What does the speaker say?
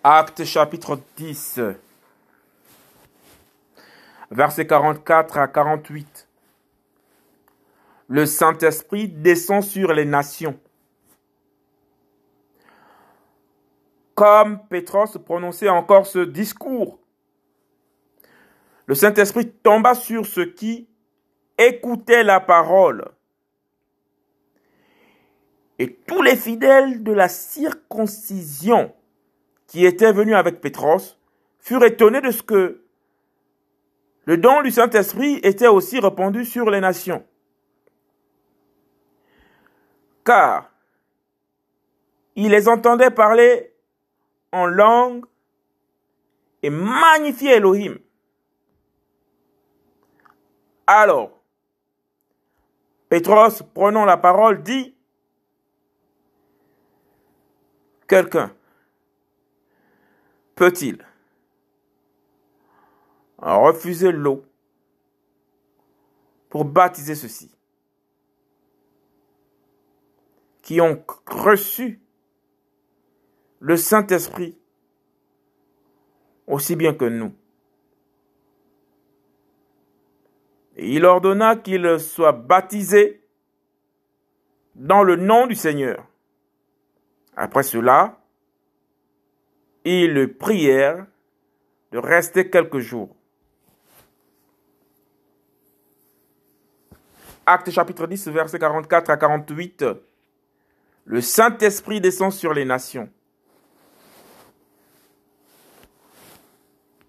Actes chapitre 10, versets 44 à 48. Le Saint-Esprit descend sur les nations. Comme Pétros prononçait encore ce discours, le Saint-Esprit tomba sur ceux qui écoutaient la parole. Et tous les fidèles de la circoncision qui étaient venus avec Pétros furent étonnés de ce que le don du Saint-Esprit était aussi répandu sur les nations. Car ils les entendaient parler en langue et magnifier Elohim. Alors, Pétros, prenant la parole, dit: quelqu'un peut-il refuser l'eau pour baptiser ceux-ci qui ont reçu le Saint-Esprit aussi bien que nous? Et il ordonna qu'ils soient baptisés dans le nom du Seigneur. Après cela, ils le prièrent de rester quelques jours. Actes chapitre 10, versets 44 à 48. Le Saint-Esprit descend sur les nations.